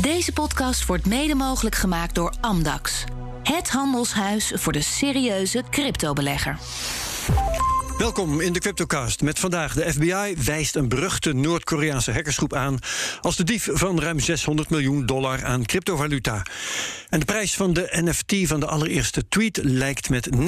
Deze podcast wordt mede mogelijk gemaakt door Amdax. Het handelshuis voor de serieuze cryptobelegger. Welkom in de CryptoCast met vandaag de FBI wijst een beruchte Noord-Koreaanse hackersgroep aan als de dief van ruim $600 miljoen aan cryptovaluta. En de prijs van de NFT van de allereerste tweet lijkt met 99%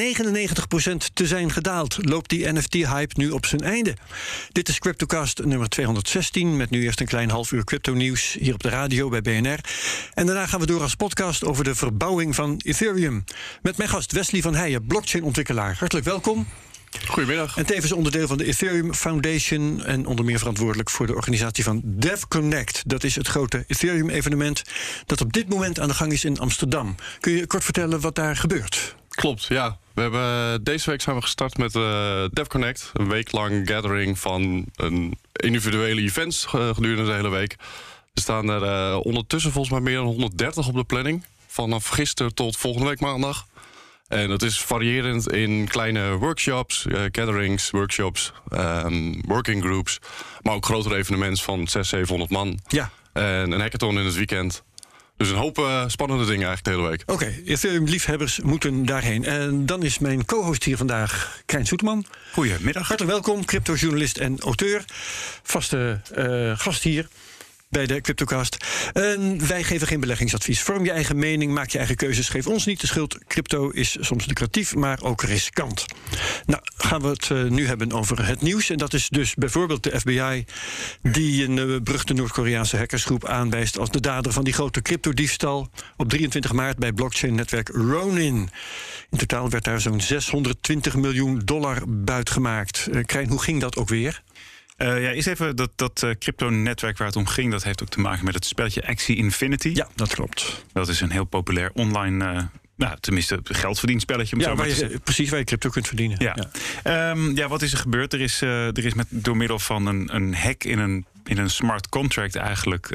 te zijn gedaald. Loopt die NFT-hype nu op zijn einde? Dit is CryptoCast nummer 216 met nu eerst een klein half uur crypto-nieuws hier op de radio bij BNR. En daarna gaan we door als podcast over de verbouwing van Ethereum. Met mijn gast Wesley van Heijen, blockchain-ontwikkelaar. Hartelijk welkom. Goedemiddag. En tevens onderdeel van de Ethereum Foundation en onder meer verantwoordelijk voor de organisatie van DevConnect. Dat is het grote Ethereum-evenement dat op dit moment aan de gang is in Amsterdam. Kun je kort vertellen wat daar gebeurt? Klopt, ja. Deze week zijn we gestart met DevConnect. Een weeklang gathering van individuele events gedurende de hele week. Er staan er ondertussen volgens mij meer dan 130 op de planning. Vanaf gisteren tot volgende week maandag. En dat is variërend in kleine workshops, gatherings, workshops, working groups. Maar ook grotere evenementen van 600-700 man. Ja. En een hackathon in het weekend. Dus een hoop spannende dingen eigenlijk de hele week. Oké, Ethereum-liefhebbers moeten daarheen. En dan is mijn co-host hier vandaag Krijn Soeterman. Goedemiddag. Hartelijk welkom, cryptojournalist en auteur. Vaste gast hier bij de CryptoCast. Wij geven geen beleggingsadvies. Vorm je eigen mening, maak je eigen keuzes. Geef ons niet de schuld. Crypto is soms lucratief, maar ook riskant. Nou, gaan we het nu hebben over het nieuws. En dat is dus bijvoorbeeld de FBI die een beruchte Noord-Koreaanse hackersgroep aanwijst als de dader van die grote cryptodiefstal op 23 maart bij blockchain-netwerk Ronin. In totaal werd daar zo'n $620 miljoen buitgemaakt. Krijn, hoe ging dat ook weer? Eerst even dat crypto-netwerk waar het om ging, dat heeft ook te maken met het spelletje Axie Infinity. Ja, dat klopt. Dat is een heel populair online, tenminste geldverdienspelletje. Precies, waar je crypto kunt verdienen. Ja, wat is er gebeurd? Er is door middel van een hack in een smart contract eigenlijk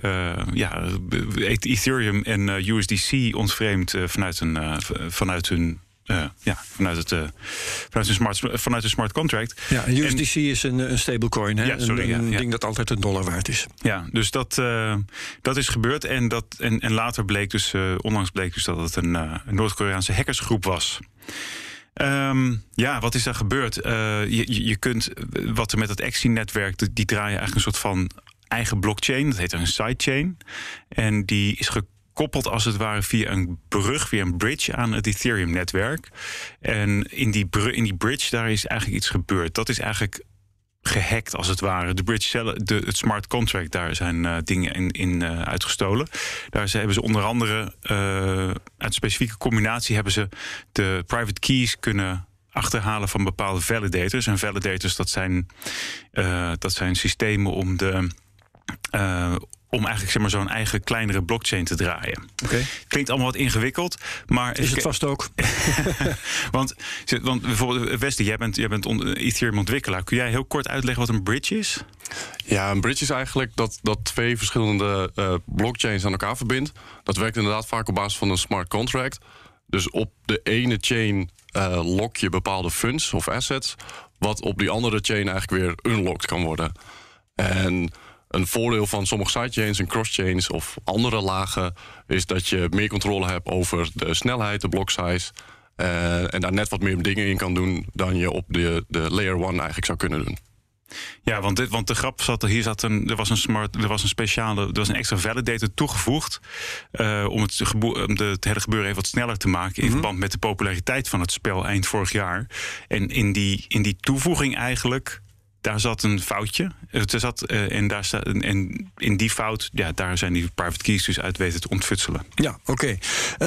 Ethereum en USDC ontvreemd vanuit een smart contract. Ja, USDC is een stablecoin, hè? Ja, een ding dat altijd $1 waard is. Ja, dus dat is gebeurd. En later bleek dus, onlangs bleek dus dat het een Noord-Koreaanse hackersgroep was. Wat is daar gebeurd? Je kunt, wat er met het Axie-netwerk, die draaien eigenlijk een soort van eigen blockchain. Dat heet een sidechain. En die is gekoppeld als het ware via een brug, via een bridge aan het Ethereum-netwerk. En in die bridge, daar is eigenlijk iets gebeurd. Dat is eigenlijk gehackt als het ware. De bridge, het smart contract, daar zijn dingen in uitgestolen. Daar hebben ze onder andere uit een specifieke combinatie hebben ze de private keys kunnen achterhalen van bepaalde validators. En validators, dat zijn systemen om eigenlijk zo'n eigen kleinere blockchain te draaien. Okay. Klinkt allemaal wat ingewikkeld, maar is het vast ook. want bijvoorbeeld Wesley, jij bent Ethereum-ontwikkelaar. Kun jij heel kort uitleggen wat een bridge is? Ja, een bridge is eigenlijk dat twee verschillende blockchains aan elkaar verbindt. Dat werkt inderdaad vaak op basis van een smart contract. Dus op de ene chain lock je bepaalde funds of assets, wat op die andere chain eigenlijk weer unlocked kan worden. En een voordeel van sommige sidechains en crosschains of andere lagen is dat je meer controle hebt over de snelheid, de block size. En daar net wat meer dingen in kan doen dan je op de layer 1 eigenlijk zou kunnen doen. Ja, want de grap zat er. Er was een extra validator toegevoegd om het hele gebeuren even wat sneller te maken in verband met de populariteit van het spel eind vorig jaar. En in die toevoeging eigenlijk, daar zat een foutje. En in die fout, daar zijn die private keys dus uit weten te ontfutselen. Ja, oké.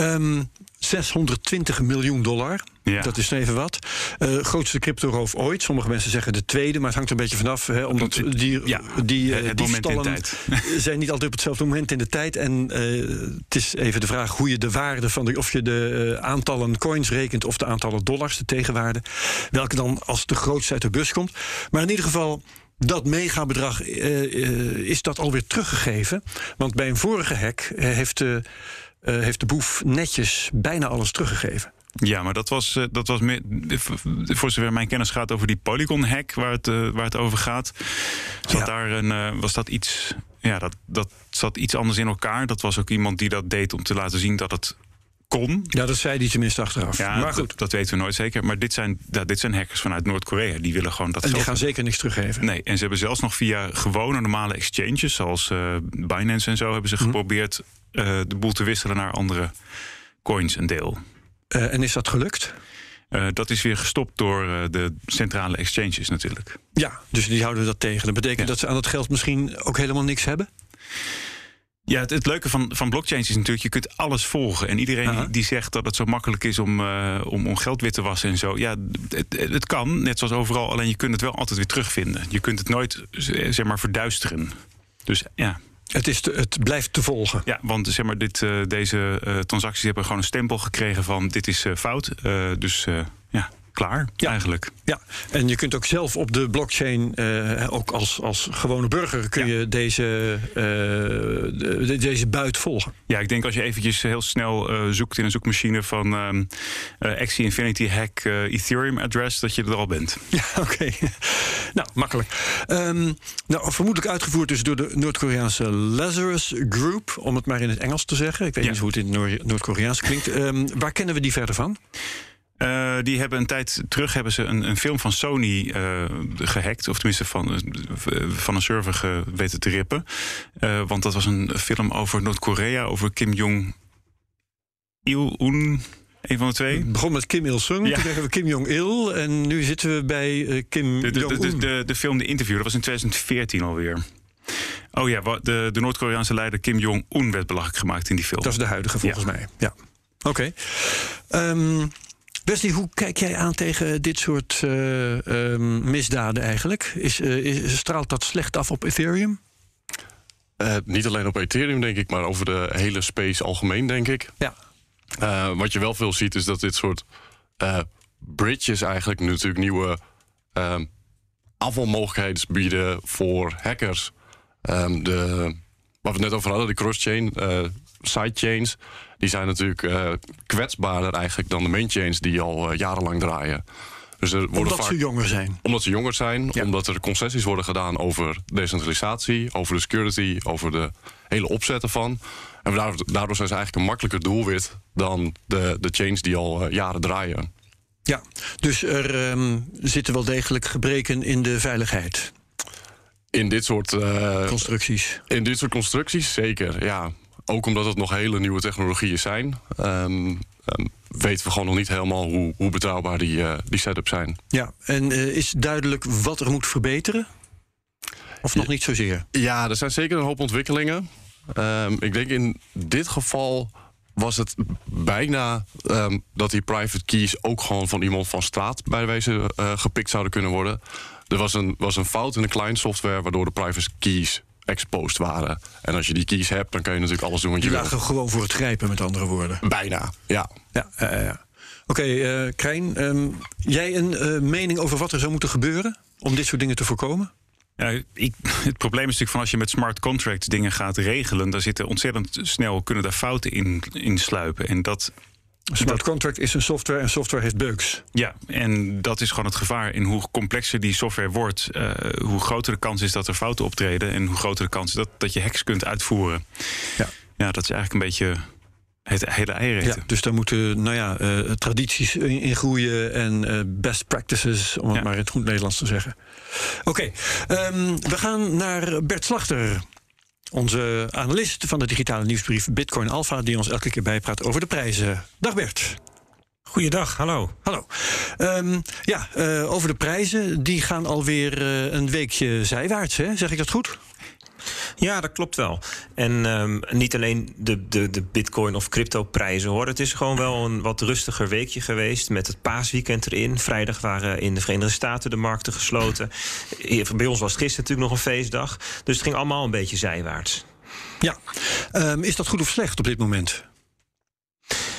$620 miljoen. Ja. Dat is even wat. Grootste cryptoroof ooit. Sommige mensen zeggen de tweede, maar het hangt er een beetje vanaf. Omdat die diefstallen zijn niet altijd op hetzelfde moment in de tijd. En het is even de vraag hoe je de waarde of je de aantallen coins rekent of de aantallen dollars, de tegenwaarde. Welke dan als de grootste uit de bus komt. Maar in ieder geval, dat megabedrag is dat alweer teruggegeven. Want bij een vorige hack heeft de boef netjes bijna alles teruggegeven. Ja, maar dat was meer, voor zover mijn kennis gaat over die Polygon-hack waar het over gaat. Was dat iets... Ja, dat zat iets anders in elkaar. Dat was ook iemand die dat deed om te laten zien dat het kon. Ja, dat zei hij tenminste achteraf. Ja, maar goed, dat weten we nooit zeker. Maar dit zijn hackers vanuit Noord-Korea. Die willen gewoon dat. En die gaan zeker niks teruggeven. Nee, en ze hebben zelfs nog via gewone normale exchanges, zoals Binance en zo, hebben ze geprobeerd de boel te wisselen naar andere coins en deel. En is dat gelukt? Dat is weer gestopt door de centrale exchanges natuurlijk. Ja, dus die houden dat tegen. Dat betekent dat ze aan dat geld misschien ook helemaal niks hebben? Ja, het leuke van blockchains is natuurlijk, je kunt alles volgen. En iedereen die zegt dat het zo makkelijk is om geld wit te wassen en zo. Ja, het kan, net zoals overal. Alleen je kunt het wel altijd weer terugvinden. Je kunt het nooit, zeg maar, verduisteren. Dus ja. Het blijft te volgen. Ja, want zeg maar, deze transacties hebben gewoon een stempel gekregen van dit is fout. Dus klaar eigenlijk. Ja, en je kunt ook zelf op de blockchain, ook als gewone burger, kun je deze buit volgen. Ja, ik denk als je eventjes heel snel zoekt in een zoekmachine van Axie Infinity Hack Ethereum address, dat je er al bent. Ja, oké. Nou, makkelijk. Vermoedelijk uitgevoerd dus door de Noord-Koreaanse Lazarus Group, om het maar in het Engels te zeggen. Ik weet niet hoe het in het Noord-Koreaans klinkt. Waar kennen we die verder van? Die hebben een tijd terug een film van Sony gehackt. Of tenminste van een server weten te rippen. Want dat was een film over Noord-Korea, over Kim Jong-il-un. Een van de twee. Het begon met Kim Il-sung, toen kregen we Kim Jong-il en nu zitten we bij Kim Jong-un. De film The Interview, dat was in 2014 alweer. Oh ja, de Noord-Koreaanse leider Kim Jong-un werd belachelijk gemaakt in die film. Dat is de huidige volgens mij. Ja. Oké. Wesley, hoe kijk jij aan tegen dit soort misdaden eigenlijk? Straalt dat slecht af op Ethereum? Niet alleen op Ethereum, denk ik, maar over de hele space algemeen, denk ik. Ja. Wat je wel veel ziet, is dat dit soort bridges eigenlijk natuurlijk nieuwe afvalmogelijkheden bieden voor hackers. Waar we het net over hadden, de cross-chain sidechains, die zijn natuurlijk kwetsbaarder eigenlijk dan de mainchains die al jarenlang draaien. Dus omdat ze jonger zijn. Omdat ze jonger zijn, omdat er concessies worden gedaan over decentralisatie, over de security, over de hele opzet ervan. En daardoor zijn ze eigenlijk een makkelijker doelwit dan de chains die al jaren draaien. Ja, dus er zitten wel degelijk gebreken in de veiligheid. In dit soort constructies. In dit soort constructies, zeker, ja. Ook omdat het nog hele nieuwe technologieën zijn, weten we gewoon nog niet helemaal hoe betrouwbaar die setups zijn. Ja, en is duidelijk wat er moet verbeteren? Of nog niet zozeer? Ja, er zijn zeker een hoop ontwikkelingen. Ik denk in dit geval was het bijna dat die private keys ook gewoon van iemand van straat bij wijze gepikt zouden kunnen worden. Er was een fout in de client software waardoor de private keys exposed waren. En als je die keys hebt, dan kan je natuurlijk alles doen wat je wil. Die lagen gewoon voor het grijpen, met andere woorden. Bijna, ja. Oké, Krijn, jij een mening over wat er zou moeten gebeuren om dit soort dingen te voorkomen? Ja, het probleem is natuurlijk van als je met smart contracts dingen gaat regelen, daar zitten ontzettend snel kunnen daar fouten in sluipen. En Smart contract is een software en software heeft bugs. Ja, en dat is gewoon het gevaar. In hoe complexer die software wordt, hoe groter de kans is dat er fouten optreden en hoe groter de kans is dat je hacks kunt uitvoeren. Ja, dat is eigenlijk een beetje het hele eieren. Ja, dus daar moeten tradities in groeien en best practices, om het maar in het goed Nederlands te zeggen. Oké, we gaan naar Bert Slachter. Onze analist van de digitale nieuwsbrief Bitcoin Alpha, die ons elke keer bijpraat over de prijzen. Dag Bert. Goeiedag, hallo. Hallo. Over de prijzen, die gaan alweer een weekje zijwaarts, hè? Zeg ik dat goed? Ja, dat klopt wel. En niet alleen de bitcoin of cryptoprijzen hoor. Het is gewoon wel een wat rustiger weekje geweest met het paasweekend erin. Vrijdag waren in de Verenigde Staten de markten gesloten. Bij ons was het gisteren natuurlijk nog een feestdag. Dus het ging allemaal een beetje zijwaarts. Ja. Is dat goed of slecht op dit moment?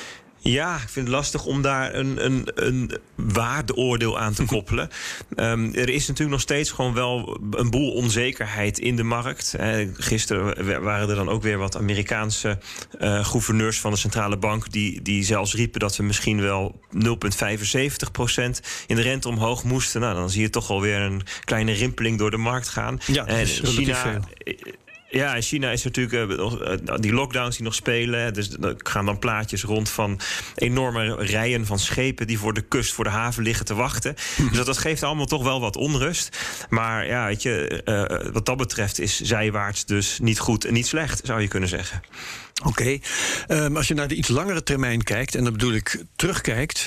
Ja, ik vind het lastig om daar een waardeoordeel aan te koppelen. Er is natuurlijk nog steeds gewoon wel een boel onzekerheid in de markt. Gisteren waren er dan ook weer wat Amerikaanse gouverneurs van de centrale bank die zelfs riepen dat we misschien wel 0,75% in de rente omhoog moesten. Nou, dan zie je toch alweer een kleine rimpeling door de markt gaan. Ja, en China veel. Ja, in China is natuurlijk die lockdowns die nog spelen. Dus er gaan dan plaatjes rond van enorme rijen van schepen die voor de kust, voor de haven liggen te wachten. Dus dat geeft allemaal toch wel wat onrust. Maar ja, weet je, wat dat betreft is zijwaarts dus niet goed en niet slecht, zou je kunnen zeggen. Oké. Als je naar de iets langere termijn kijkt, en dat bedoel ik terugkijkt,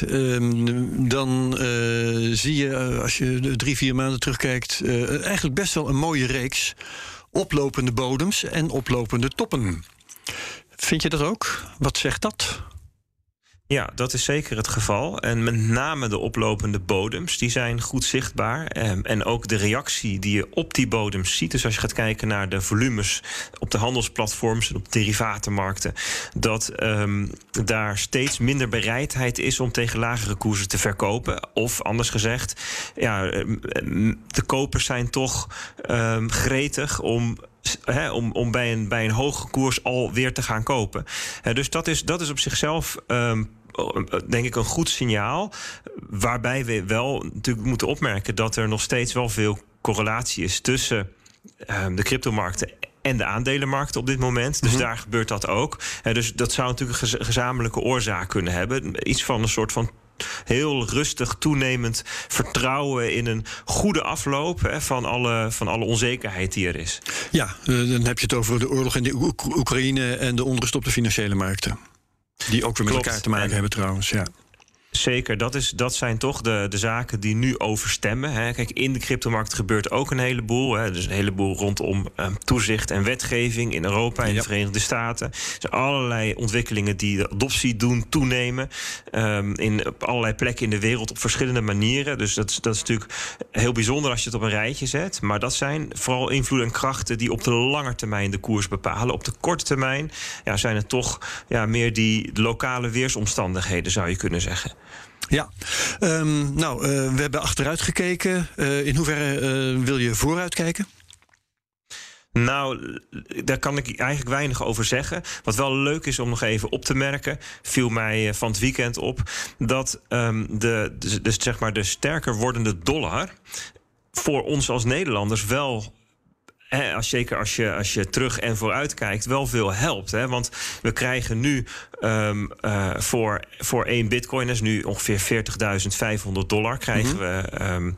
dan zie je, als je 3-4 maanden terugkijkt, eigenlijk best wel een mooie reeks oplopende bodems en oplopende toppen. Vind je dat ook? Wat zegt dat? Ja, dat is zeker het geval. En met name de oplopende bodems, die zijn goed zichtbaar. En ook de reactie die je op die bodems ziet. Dus als je gaat kijken naar de volumes op de handelsplatforms en op de derivatenmarkten, dat daar steeds minder bereidheid is om tegen lagere koersen te verkopen. Of anders gezegd, ja, de kopers zijn toch gretig om bij een hoge koers alweer te gaan kopen. Dus dat is op zichzelf denk ik een goed signaal. Waarbij we wel natuurlijk moeten opmerken dat er nog steeds wel veel correlatie is tussen de cryptomarkten en de aandelenmarkten op dit moment. Dus daar gebeurt dat ook. Dus dat zou natuurlijk een gezamenlijke oorzaak kunnen hebben. Iets van een soort van heel rustig toenemend vertrouwen in een goede afloop van alle onzekerheid die er is. Ja, dan heb je het over de oorlog in de Oekraïne en de onrust op de financiële markten. Die ook weer met elkaar te maken hebben trouwens, ja. Zeker, dat zijn toch de zaken die nu overstemmen. Hè. Kijk, in de cryptomarkt gebeurt ook een heleboel. Hè. Dus een heleboel rondom toezicht en wetgeving in Europa en de Verenigde Staten. Er zijn allerlei ontwikkelingen die de adoptie doen toenemen. Op allerlei plekken in de wereld op verschillende manieren. Dus dat is natuurlijk heel bijzonder als je het op een rijtje zet. Maar dat zijn vooral invloeden en krachten die op de lange termijn de koers bepalen. Op de korte termijn zijn het toch meer die lokale weersomstandigheden, zou je kunnen zeggen. Ja, we hebben achteruit gekeken. In hoeverre wil je vooruit kijken? Nou, daar kan ik eigenlijk weinig over zeggen. Wat wel leuk is om nog even op te merken, viel mij van het weekend op, dat de sterker wordende dollar voor ons als Nederlanders wel, zeker als je terug en vooruit kijkt, wel veel helpt. Hè? Want we krijgen nu voor 1 bitcoin, dat is nu ongeveer $40.500, krijgen we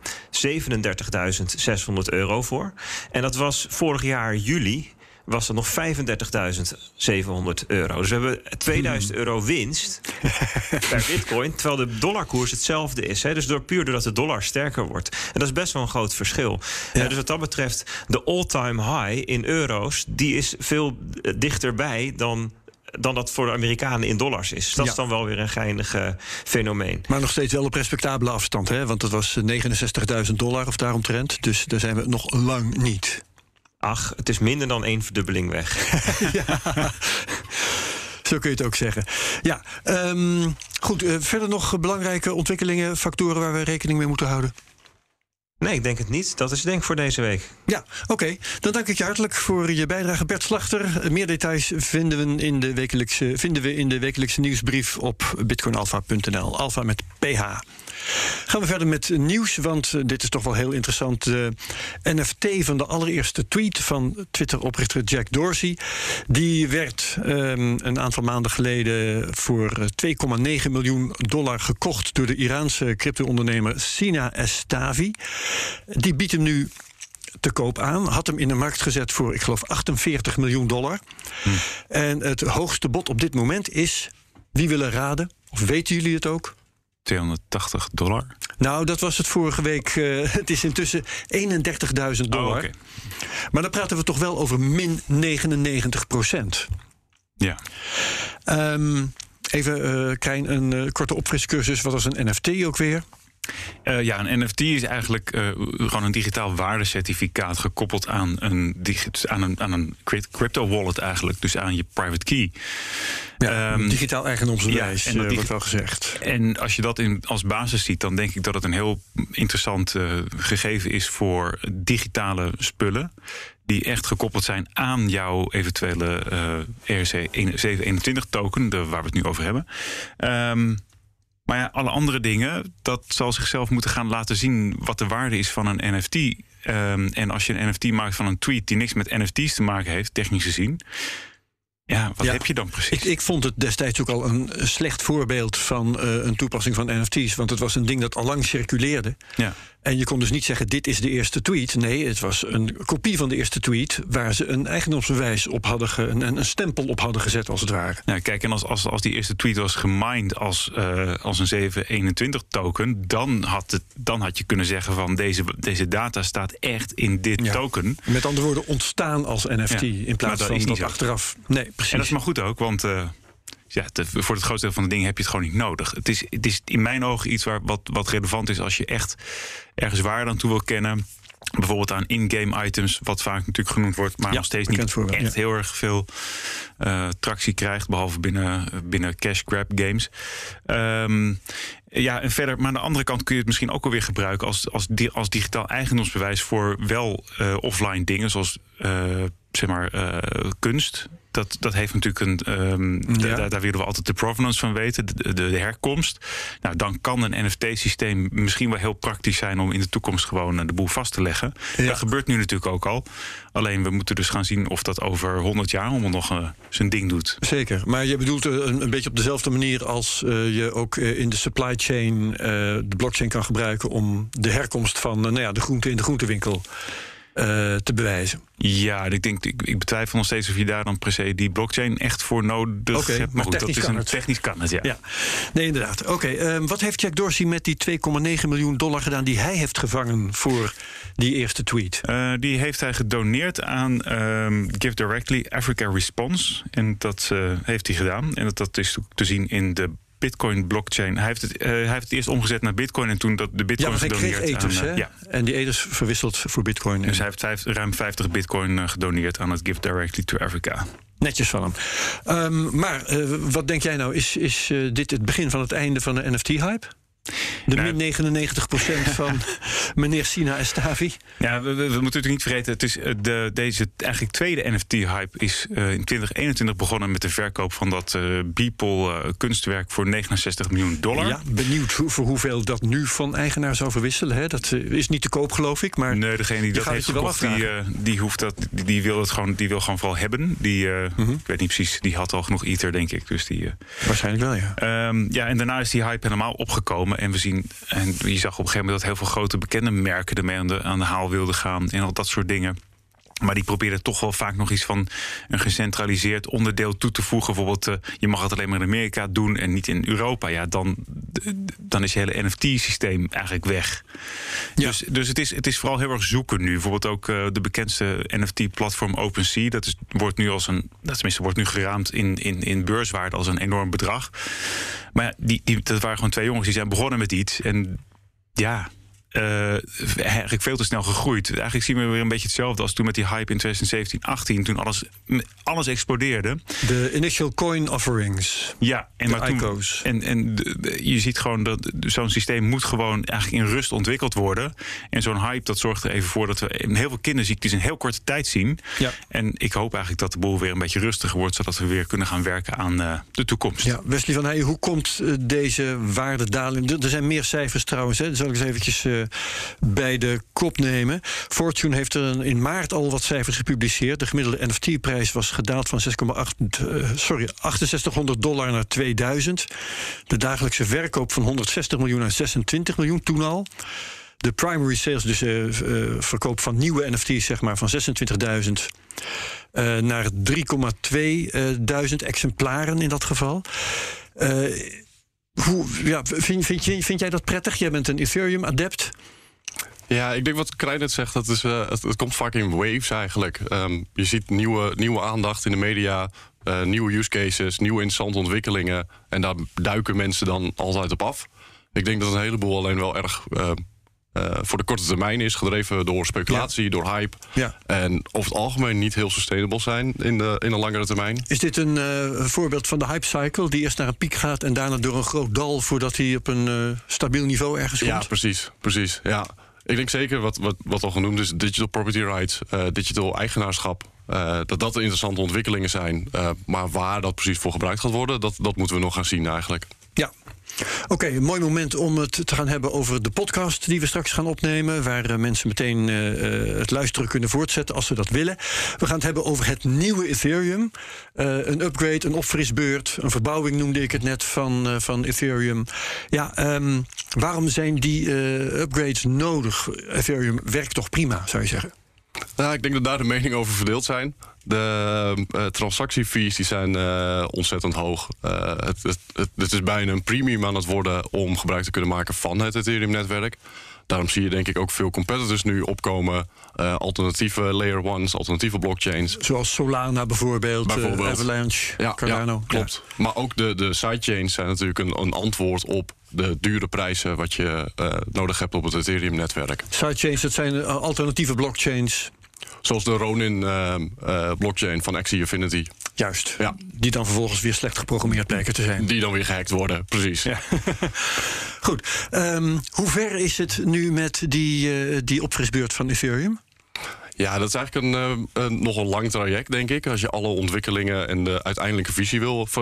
€37.600 voor. En dat was vorig jaar juli, was dat nog €35.700. Dus we hebben €2.000 winst per bitcoin, terwijl de dollarkoers hetzelfde is. Hè? Dus doordat de dollar sterker wordt. En dat is best wel een groot verschil. Ja. Dus wat dat betreft, de all-time high in euro's, die is veel dichterbij dan dat voor de Amerikanen in dollars is. Dat is dan wel weer een geinig fenomeen. Maar nog steeds wel op respectabele afstand, hè? Want dat was $69.000 of daaromtrent. Dus daar zijn we nog lang niet. Ach, het is minder dan 1 verdubbeling weg. Ja, zo kun je het ook zeggen. Ja, goed. Verder nog belangrijke ontwikkelingen, factoren waar we rekening mee moeten houden? Nee, ik denk het niet. Dat is denk ik voor deze week. Ja, oké. Dan dank ik je hartelijk voor je bijdrage, Bert Slachter. Meer details vinden we in de wekelijkse nieuwsbrief op bitcoinalpha.nl. Alpha met PH. Gaan we verder met nieuws, want dit is toch wel heel interessant. De NFT van de allereerste tweet van Twitter-oprichter Jack Dorsey. Die werd een aantal maanden geleden voor $2,9 miljoen gekocht door de Iraanse crypto-ondernemer Sina Estavi. Die biedt hem nu te koop aan. Had hem in de markt gezet voor, ik geloof, $48 miljoen. En het hoogste bod op dit moment is, wie willen raden? Of weten jullie het ook? $280. Nou, dat was het vorige week. Het is intussen $31.000. Okay. Maar dan praten we toch wel over min 99%. Ja. Even, Krijn, een korte opfriscursus. Wat was een NFT ook weer? Een NFT is eigenlijk gewoon een digitaal waardecertificaat gekoppeld aan een crypto wallet eigenlijk, dus aan je private key. Digitaal eigendomsbewijs, en dat wordt wel gezegd. En als je dat als basis ziet, dan denk ik dat het een heel interessant gegeven is voor digitale spullen die echt gekoppeld zijn aan jouw eventuele ERC-721 token, waar we het nu over hebben. Maar ja, alle andere dingen, dat zal zichzelf moeten gaan laten zien wat de waarde is van een NFT. En als je een NFT maakt van een tweet die niks met NFT's te maken heeft, technisch gezien, ja, wat heb je dan precies? Ik vond het destijds ook al een slecht voorbeeld van een toepassing van NFT's. Want het was een ding dat al lang circuleerde. Ja. En je kon dus niet zeggen, dit is de eerste tweet. Nee, het was een kopie van de eerste tweet waar ze een eigendomsbewijs op hadden, een stempel op hadden gezet, als het ware. Ja, kijk, en als die eerste tweet was gemined als een 721 token, dan had je kunnen zeggen van deze data staat echt in dit token. Met andere woorden, ontstaan als NFT in plaats van dat achteraf. Nee, precies. En dat is maar goed ook, want voor het grootste deel van de dingen heb je het gewoon niet nodig. Het is in mijn ogen iets wat relevant is als je echt ergens waarde aan toe wil kennen. Bijvoorbeeld aan in-game items, wat vaak natuurlijk genoemd wordt, maar nog steeds niet echt heel erg veel tractie krijgt, behalve binnen cash grab games. En verder, maar aan de andere kant kun je het misschien ook alweer gebruiken als digitaal eigendomsbewijs voor wel offline dingen, zoals kunst. Dat heeft natuurlijk daar willen we altijd de provenance van weten, de herkomst. Nou, dan kan een NFT-systeem misschien wel heel praktisch zijn om in de toekomst gewoon de boel vast te leggen. Ja. Dat gebeurt nu natuurlijk ook al. Alleen we moeten dus gaan zien of dat over 100 jaar allemaal nog zijn ding doet. Zeker, maar je bedoelt een beetje op dezelfde manier als je ook in de supply chain de blockchain kan gebruiken om de herkomst van de groente in de groentewinkel te bewijzen. Ja, ik betwijfel nog steeds of je daar dan per se die blockchain echt voor nodig hebt. Maar goed, technisch kan het, ja. Nee, inderdaad. Oké, wat heeft Jack Dorsey met die $2,9 miljoen gedaan die hij heeft gevangen voor die eerste tweet? Die heeft hij gedoneerd aan Give Directly Africa Response. En dat heeft hij gedaan. En dat is te zien in de Bitcoin blockchain. Hij heeft het eerst omgezet naar Bitcoin en toen de Bitcoin gedoneerd. Kreeg ethers, hè? En die ethers verwisseld voor Bitcoin. Dus hij heeft ruim 50 Bitcoin gedoneerd aan het Give Directly to Africa. Netjes van hem. Maar wat denk jij nou? Is dit het begin van het einde van de NFT-hype? De min 99% van meneer Sina Estavi. Ja, we moeten natuurlijk niet vergeten, het is deze eigenlijk tweede NFT-hype is in 2021 begonnen met de verkoop van dat Beeple kunstwerk voor $69 miljoen. Ja, benieuwd voor hoeveel dat nu van eigenaar zou verwisselen. Hè? Dat is niet te koop, geloof ik. Maar nee, degene die dat heeft gekocht, die wil gewoon vooral hebben. Ik weet niet precies, die had al genoeg ether, denk ik. Dus waarschijnlijk wel, ja. En daarna is die hype helemaal opgekomen. En je zag op een gegeven moment dat heel veel grote bekende merken ermee aan de haal wilden gaan en al dat soort dingen. Maar die probeerden toch wel vaak nog iets van een gecentraliseerd onderdeel toe te voegen. Bijvoorbeeld, je mag het alleen maar in Amerika doen en niet in Europa. Ja, dan is je hele NFT-systeem eigenlijk weg. Ja. Dus het is vooral heel erg zoeken nu. Bijvoorbeeld ook de bekendste NFT-platform OpenSea. Wordt nu geraamd in beurswaarde als een enorm bedrag. Maar dat waren gewoon twee jongens die zijn begonnen met iets. En ja, eigenlijk veel te snel gegroeid. Eigenlijk zien we weer een beetje hetzelfde als toen met die hype in 2017-18... toen alles explodeerde. De initial coin offerings. Ja, en de ICO's. En je ziet gewoon dat zo'n systeem moet gewoon eigenlijk in rust ontwikkeld worden. En zo'n hype, dat zorgt er even voor dat we heel veel kinderziektes in heel korte tijd zien. Ja. En ik hoop eigenlijk dat de boel weer een beetje rustiger wordt, zodat we weer kunnen gaan werken aan de toekomst. Ja, Wesley van Heijen, hoe komt deze waardedaling? Er zijn meer cijfers trouwens, hè. Dat zal ik eens eventjes bij de kop nemen. Fortune heeft er in maart al wat cijfers gepubliceerd. De gemiddelde NFT-prijs was gedaald van $6.800 naar $2.000. De dagelijkse verkoop van 160 miljoen naar 26 miljoen toen al. De primary sales, dus verkoop van nieuwe NFT's, zeg maar, van 26.000 naar 3.200 exemplaren in dat geval. Vind jij dat prettig? Jij bent een Ethereum-adept. Ja, ik denk wat Krijn net zegt, het komt vaak in waves eigenlijk. Je ziet nieuwe aandacht in de media, nieuwe use cases, nieuwe interessante ontwikkelingen. En daar duiken mensen dan altijd op af. Ik denk dat een heleboel alleen wel erg voor de korte termijn is, gedreven door speculatie, door hype. Ja. En over het algemeen niet heel sustainable zijn in een langere termijn. Is dit een voorbeeld van de hype cycle die eerst naar een piek gaat en daarna door een groot dal voordat hij op een stabiel niveau ergens komt? Ja, precies. Ja. Ik denk zeker wat al genoemd is, digital property rights, digital eigenaarschap. Dat de interessante ontwikkelingen zijn. Maar waar dat precies voor gebruikt gaat worden, dat moeten we nog gaan zien eigenlijk. Ja. Oké, een mooi moment om het te gaan hebben over de podcast die we straks gaan opnemen. Waar mensen meteen het luisteren kunnen voortzetten als ze dat willen. We gaan het hebben over het nieuwe Ethereum. Een upgrade, een opfrisbeurt, een verbouwing noemde ik het net van Ethereum. Ja, waarom zijn die upgrades nodig? Ethereum werkt toch prima, zou je zeggen? Nou, ik denk dat daar de meningen over verdeeld zijn. De transactiefees die zijn ontzettend hoog. Het is bijna een premium aan het worden om gebruik te kunnen maken van het Ethereum-netwerk. Daarom zie je denk ik ook veel competitors nu opkomen. Alternatieve layer ones, alternatieve blockchains. Zoals Solana bijvoorbeeld. Avalanche, Cardano. Ja, klopt. Ja. Maar ook de sidechains zijn natuurlijk een antwoord op de dure prijzen wat je nodig hebt op het Ethereum-netwerk. Sidechains, dat zijn alternatieve blockchains. Zoals de Ronin blockchain van Axie Infinity. Juist, ja. Die dan vervolgens weer slecht geprogrammeerd blijken te zijn. Die dan weer gehackt worden, precies. Ja. Goed, hoe ver is het nu met die opfrisbeurt van Ethereum? Ja, dat is eigenlijk nog een lang traject, denk ik. Als je alle ontwikkelingen en de uiteindelijke visie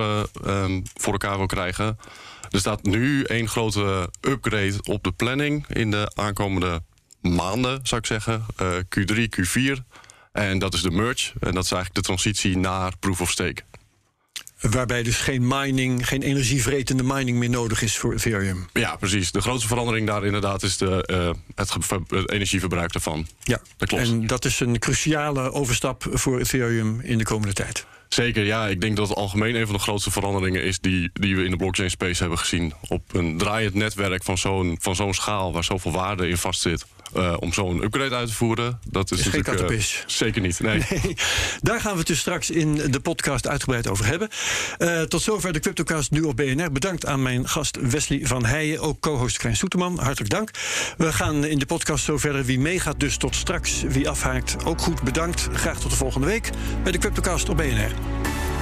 voor elkaar wil krijgen. Er staat nu één grote upgrade op de planning in de aankomende maanden, zou ik zeggen. Q3, Q4. En dat is de merge. En dat is eigenlijk de transitie naar proof of stake. Waarbij dus geen energievretende mining meer nodig is voor Ethereum. Ja, precies. De grootste verandering daar inderdaad is het energieverbruik daarvan. Ja, dat klopt. En dat is een cruciale overstap voor Ethereum in de komende tijd. Zeker, ja. Ik denk dat het algemeen een van de grootste veranderingen is die we in de blockchain space hebben gezien. Op een draaiend netwerk van zo'n schaal waar zoveel waarde in vastzit. Om zo'n upgrade uit te voeren. Dat is geen kattenpis. Zeker niet, nee. Daar gaan we het dus straks in de podcast uitgebreid over hebben. Tot zover de CryptoCast nu op BNR. Bedankt aan mijn gast Wesley van Heijen, ook co-host Krijn Soeterman. Hartelijk dank. We gaan in de podcast zo verder. Wie meegaat dus tot straks. Wie afhaakt, ook goed bedankt. Graag tot de volgende week bij de CryptoCast op BNR.